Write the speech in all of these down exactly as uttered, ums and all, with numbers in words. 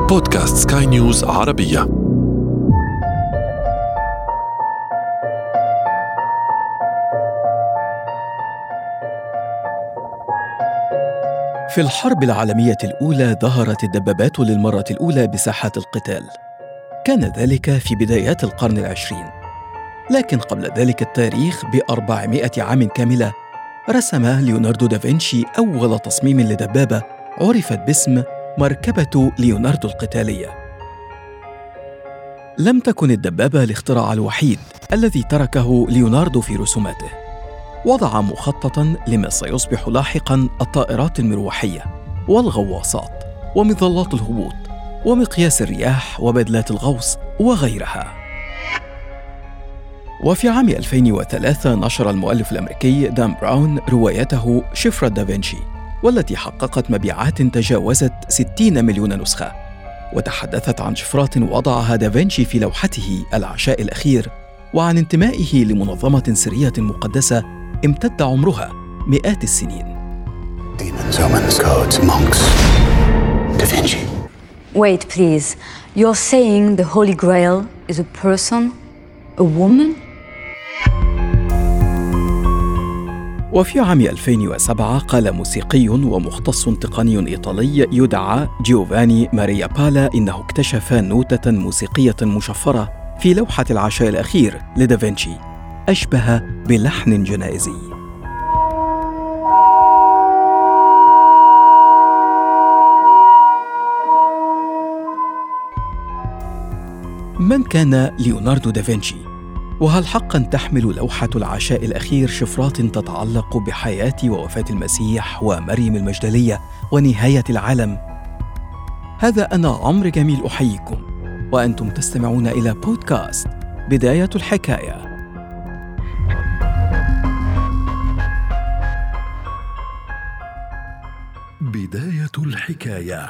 بودكاست سكاي نيوز عربية. في الحرب العالمية الأولى ظهرت الدبابات للمرة الأولى بساحات القتال. كان ذلك في بدايات القرن العشرين، لكن قبل ذلك التاريخ بأربعمائة عام كاملة رسم ليوناردو دافنشي أول تصميم لدبابة عرفت باسم مركبة ليوناردو القتالية. لم تكن الدبابة الاختراع الوحيد الذي تركه ليوناردو في رسوماته. وضع مخططاً لما سيصبح لاحقاً الطائرات المروحية والغواصات ومظلات الهبوط ومقياس الرياح وبدلات الغوص وغيرها. وفي عام ألفين وثلاثة نشر المؤلف الأمريكي دان براون روايته شفرة دافنشي، والتي حققت مبيعات تجاوزت ستين مليون نسخة، وتحدثت عن شفرات وضعها دافنشي في لوحته العشاء الأخير، وعن انتمائه لمنظمة سرية مقدسة امتد عمرها مئات السنين. Demons, omens, codes, monks. Da Vinci. Wait, please. You're saying the Holy Grail is a person, a woman? وفي عام ألفين وسبعة قال موسيقي ومختص تقني إيطالي يدعى جيوفاني ماريا بالا إنه اكتشف نوتة موسيقية مشفرة في لوحة العشاء الأخير لدافنشي أشبه بلحن جنائزي. من كان ليوناردو دافنشي؟ وهل حقاً تحمل لوحة العشاء الأخير شفرات تتعلق بحياة ووفاة المسيح ومريم المجدلية ونهاية العالم؟ هذا أنا عمرو جميل أحييكم، وأنتم تستمعون إلى بودكاست بداية الحكاية. بداية الحكاية.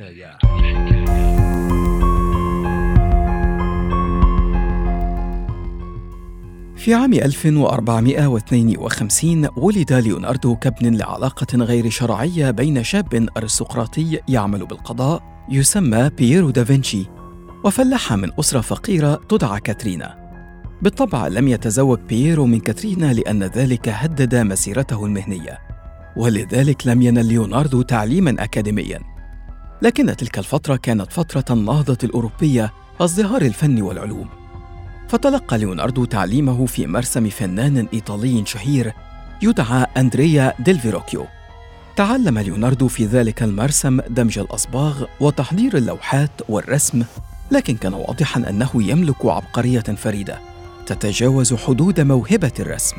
في عام ألف وأربعمائة واثنين وخمسين ولد ليوناردو كابن لعلاقة غير شرعية بين شاب أرستقراطي يعمل بالقضاء يسمى بييرو دافنشي وفلاحة من أسرة فقيرة تدعى كاترينا. بالطبع لم يتزوج بييرو من كاترينا لأن ذلك هدد مسيرته المهنية، ولذلك لم ينل ليوناردو تعليماً أكاديمياً. لكن تلك الفترة كانت فترة النهضة الأوروبية وازدهار الفن والعلوم، فتلقى ليوناردو تعليمه في مرسم فنان إيطالي شهير يدعى أندريا ديل فيروكيو. تعلم ليوناردو في ذلك المرسم دمج الأصباغ وتحضير اللوحات والرسم، لكن كان واضحاً أنه يملك عبقرية فريدة تتجاوز حدود موهبة الرسم.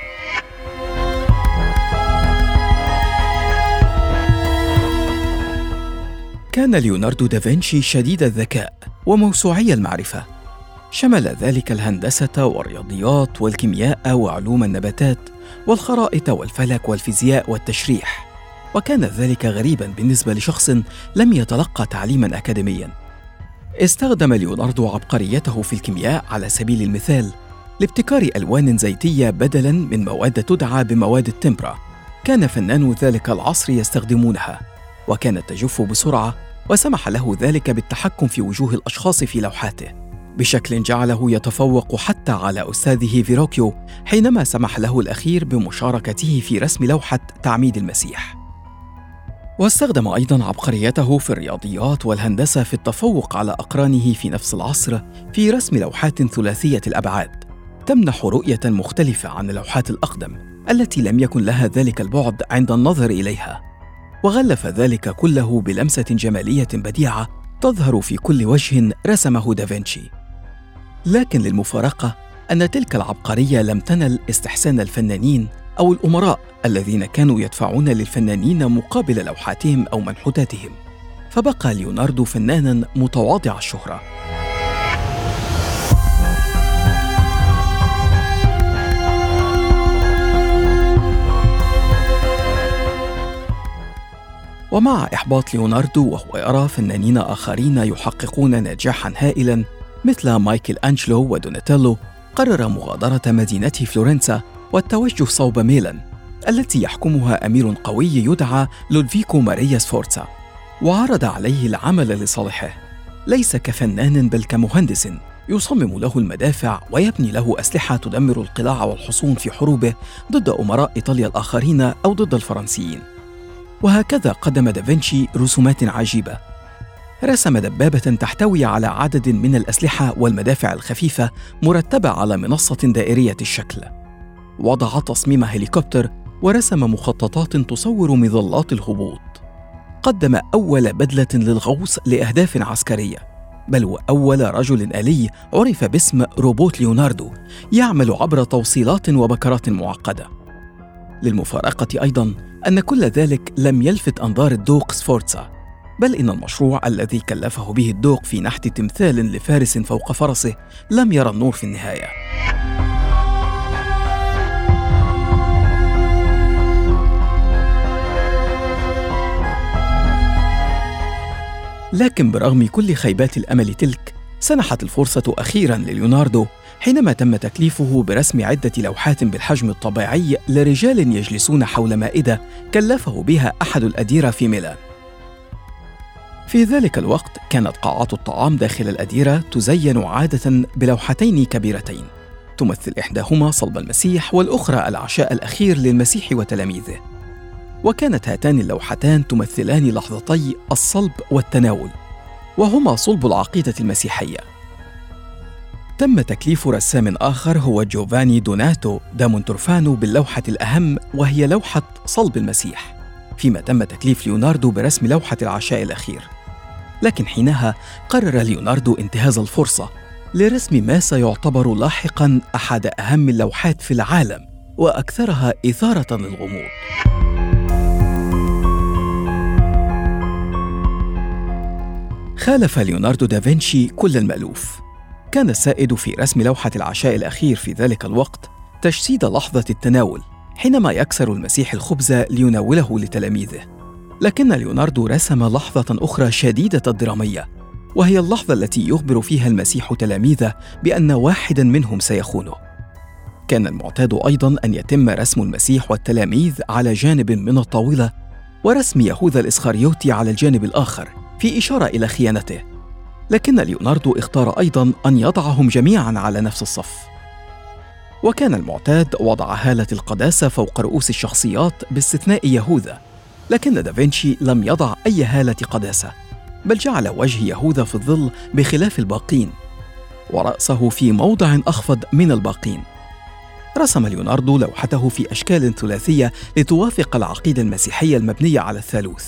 كان ليوناردو دافنشي شديد الذكاء وموسوعي المعرفة، شمل ذلك الهندسة والرياضيات والكيمياء وعلوم النباتات والخرائط والفلك والفيزياء والتشريح، وكان ذلك غريباً بالنسبة لشخص لم يتلقى تعليماً أكاديمياً. استخدم ليوناردو عبقريته في الكيمياء على سبيل المثال لابتكار ألوان زيتية بدلاً من مواد تدعى بمواد التمبرا. كان فنان ذلك العصر يستخدمونها، وكانت تجف بسرعة، وسمح له ذلك بالتحكم في وجوه الأشخاص في لوحاته بشكل جعله يتفوق حتى على أستاذه فيروكيو حينما سمح له الأخير بمشاركته في رسم لوحة تعميد المسيح. واستخدم أيضاً عبقريته في الرياضيات والهندسة في التفوق على أقرانه في نفس العصر في رسم لوحات ثلاثية الأبعاد تمنح رؤية مختلفة عن اللوحات الأقدم التي لم يكن لها ذلك البعد عند النظر إليها، وغلف ذلك كله بلمسة جمالية بديعة تظهر في كل وجه رسمه دافنشي. لكن للمفارقة أن تلك العبقرية لم تنل استحسان الفنانين أو الأمراء الذين كانوا يدفعون للفنانين مقابل لوحاتهم أو منحوتاتهم، فبقى ليوناردو فناناً متواضع الشهرة. ومع إحباط ليوناردو وهو يرى فنانين آخرين يحققون نجاحاً هائلاً مثل مايكل أنجلو ودوناتيلو، قرر مغادرة مدينة فلورنسا والتوجه صوب ميلان التي يحكمها أمير قوي يدعى لودفيكو ماريا سفورتسا، وعرض عليه العمل لصالحه ليس كفنان بل كمهندس يصمم له المدافع ويبني له أسلحة تدمر القلاع والحصون في حروبه ضد أمراء إيطاليا الآخرين أو ضد الفرنسيين. وهكذا قدم دافنشي رسومات عجيبة. رسم دبابة تحتوي على عدد من الأسلحة والمدافع الخفيفة مرتبة على منصة دائرية الشكل. وضع تصميم هليكوبتر ورسم مخططات تصور مظلات الهبوط. قدم أول بدلة للغوص لأهداف عسكرية، بل وأول رجل آلي عرف باسم روبوت ليوناردو يعمل عبر توصيلات وبكرات معقدة. للمفارقة أيضاً أن كل ذلك لم يلفت أنظار الدوق سفورتسا، بل إن المشروع الذي كلفه به الدوق في نحت تمثال لفارس فوق فرسه لم يرى النور في النهاية. لكن برغم كل خيبات الأمل تلك، سنحت الفرصة أخيراً لليوناردو حينما تم تكليفه برسم عدة لوحات بالحجم الطبيعي لرجال يجلسون حول مائدة كلفه بها أحد الأديرة في ميلان. في ذلك الوقت كانت قاعات الطعام داخل الأديرة تزين عادة بلوحتين كبيرتين، تمثل إحداهما صلب المسيح والأخرى العشاء الأخير للمسيح وتلاميذه. وكانت هاتان اللوحتان تمثلان لحظتي الصلب والتناول، وهما صلب العقيدة المسيحية. تم تكليف رسام آخر هو جوفاني دوناتو دا مونتورفانو باللوحة الأهم، وهي لوحة صلب المسيح، فيما تم تكليف ليوناردو برسم لوحة العشاء الأخير. لكن حينها قرر ليوناردو انتهاز الفرصة لرسم ما سيعتبر لاحقاً أحد أهم اللوحات في العالم وأكثرها إثارة للغموض. خالف ليوناردو دافنشي كل المألوف. كان السائد في رسم لوحة العشاء الأخير في ذلك الوقت تجسيد لحظة التناول حينما يكسر المسيح الخبز ليناوله لتلاميذه. لكن ليوناردو رسم لحظة أخرى شديدة الدرامية، وهي اللحظة التي يخبر فيها المسيح تلاميذه بأن واحداً منهم سيخونه. كان المعتاد أيضاً أن يتم رسم المسيح والتلاميذ على جانب من الطاولة، ورسم يهوذا الإسخريوطي على الجانب الآخر في إشارة إلى خيانته. لكن ليوناردو اختار أيضاً أن يضعهم جميعاً على نفس الصف. وكان المعتاد وضع هالة القداسة فوق رؤوس الشخصيات باستثناء يهوذا، لكن دافنشي لم يضع أي هالة قداسة، بل جعل وجه يهوذا في الظل بخلاف الباقين، ورأسه في موضع أخفض من الباقين. رسم ليوناردو لوحته في أشكال ثلاثية لتوافق العقيدة المسيحية المبنية على الثالوث.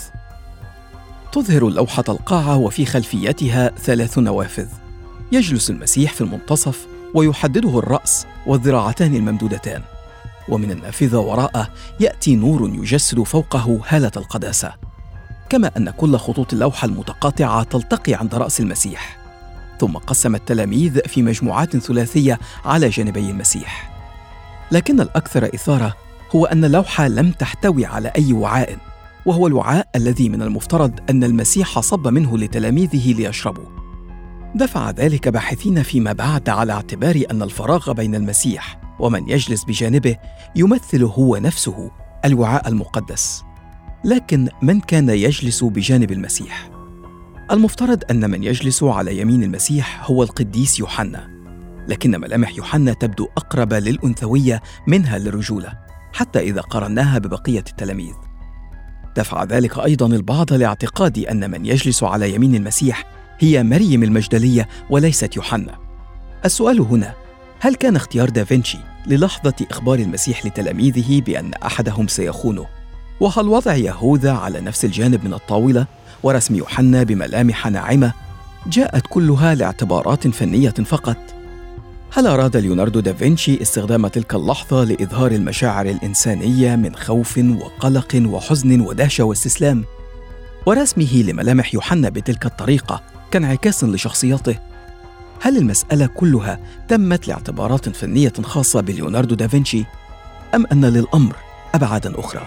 تظهر اللوحة القاعة وفي خلفيتها ثلاث نوافذ. يجلس المسيح في المنتصف ويحدده الرأس والذراعتان الممدودتان، ومن النافذة وراءه يأتي نور يجسد فوقه هالة القداسة، كما أن كل خطوط اللوحة المتقاطعة تلتقي عند رأس المسيح. ثم قسم التلاميذ في مجموعات ثلاثية على جانبي المسيح. لكن الأكثر إثارة هو أن اللوحة لم تحتوي على أي وعاء، وهو الوعاء الذي من المفترض أن المسيح صب منه لتلاميذه ليشربوا. دفع ذلك باحثين فيما بعد على اعتبار أن الفراغ بين المسيح ومن يجلس بجانبه يمثل هو نفسه الوعاء المقدس. لكن من كان يجلس بجانب المسيح؟ المفترض أن من يجلس على يمين المسيح هو القديس يوحنا، لكن ملامح يوحنا تبدو أقرب للأنثوية منها للرجولة، حتى إذا قارناها ببقية التلاميذ. دفع ذلك أيضاً البعض لاعتقاد أن من يجلس على يمين المسيح هي مريم المجدلية وليست يوحنا. السؤال هنا: هل كان اختيار دافنشي للحظة إخبار المسيح لتلاميذه بأن أحدهم سيخونه، وهل وضع يهوذا على نفس الجانب من الطاولة ورسم يوحنا بملامح ناعمة جاءت كلها لاعتبارات فنية فقط؟ هل أراد ليوناردو دافنشي استخدام تلك اللحظة لإظهار المشاعر الإنسانية من خوف وقلق وحزن ودهشة واستسلام؟ ورسمه لملامح يوحنا بتلك الطريقة كانعكاس لشخصيته؟ هل المسألة كلها تمت لاعتبارات فنية خاصة بليوناردو دافنشي، أم أن للأمر أبعاداً أخرى؟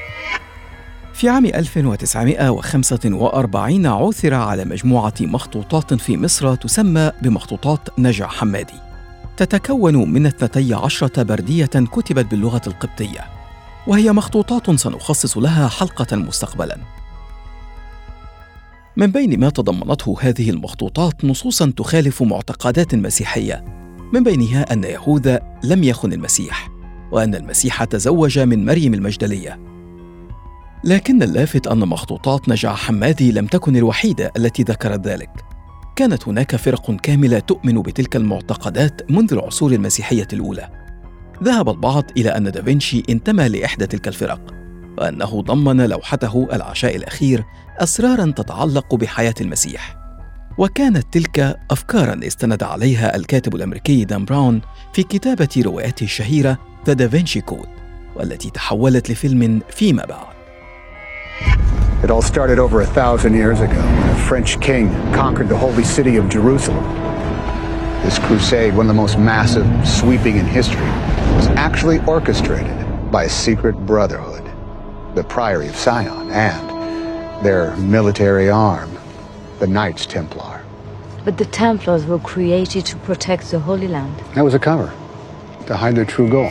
في عام ألف وتسعمائة وخمسة وأربعين عثر على مجموعة مخطوطات في مصر تسمى بمخطوطات نجع حمادي، تتكون من اثنتي عشرة بردية كتبت باللغة القبطية، وهي مخطوطات سنخصص لها حلقة مستقبلاً. من بين ما تضمنته هذه المخطوطات نصوصاً تخالف معتقدات مسيحية، من بينها أن يهوذا لم يخن المسيح، وأن المسيح تزوج من مريم المجدلية. لكن اللافت أن مخطوطات نجع حمادي لم تكن الوحيدة التي ذكرت ذلك. كانت هناك فرق كاملة تؤمن بتلك المعتقدات منذ العصور المسيحية الأولى. ذهب البعض إلى أن دافنشي انتمى لإحدى تلك الفرق، وأنه ضمن لوحته العشاء الأخير أسراراً تتعلق بحياة المسيح. وكانت تلك أفكاراً استند عليها الكاتب الأمريكي دان براون في كتابة روايته الشهيرة The Da Vinci Code، والتي تحولت لفيلم فيما بعد. It all started over a thousand years ago when a French king conquered the holy city of Jerusalem. This crusade, one of the most massive, sweeping in history, was actually orchestrated by a secret brotherhood, the Priory of Sion, and their military arm, the Knights Templar. But the Templars were created to protect the Holy Land. That was a cover to hide their true goal.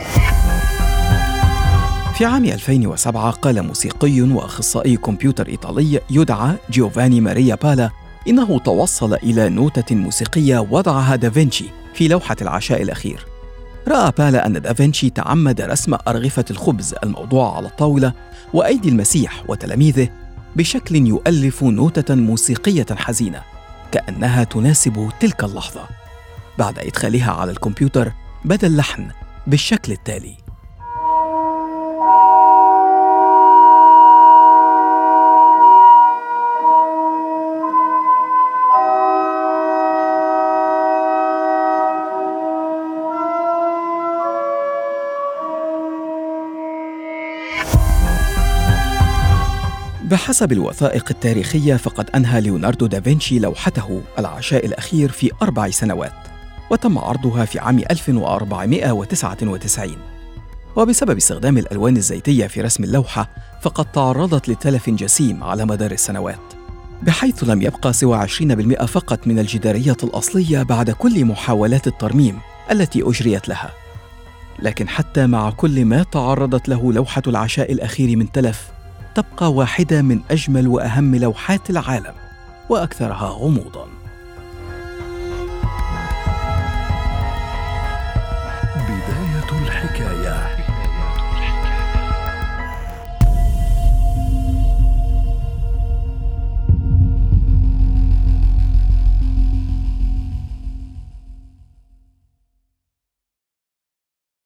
في عام ألفين وسبعة قال موسيقي وأخصائي كمبيوتر إيطالي يدعى جيوفاني ماريا بالا إنه توصل إلى نوتة موسيقية وضعها دافنشي في لوحة العشاء الأخير. رأى بالا أن دافنشي تعمد رسم أرغفة الخبز الموضوعة على الطاولة وأيدي المسيح وتلاميذه بشكل يؤلف نوتة موسيقية حزينة كأنها تناسب تلك اللحظة. بعد إدخالها على الكمبيوتر بدا اللحن بالشكل التالي. بحسب الوثائق التاريخية فقد أنهى ليوناردو دافنشي لوحته العشاء الأخير في أربع سنوات، وتم عرضها في عام ألف وأربعمائة وتسعة وتسعين. وبسبب استخدام الألوان الزيتية في رسم اللوحة فقد تعرضت لتلف جسيم على مدار السنوات، بحيث لم يبقى سوى عشرين بالمئة فقط من الجدارية الأصلية بعد كل محاولات الترميم التي أجريت لها. لكن حتى مع كل ما تعرضت له لوحة العشاء الأخير من تلف، تبقى واحدة من أجمل وأهم لوحات العالم وأكثرها غموضاً.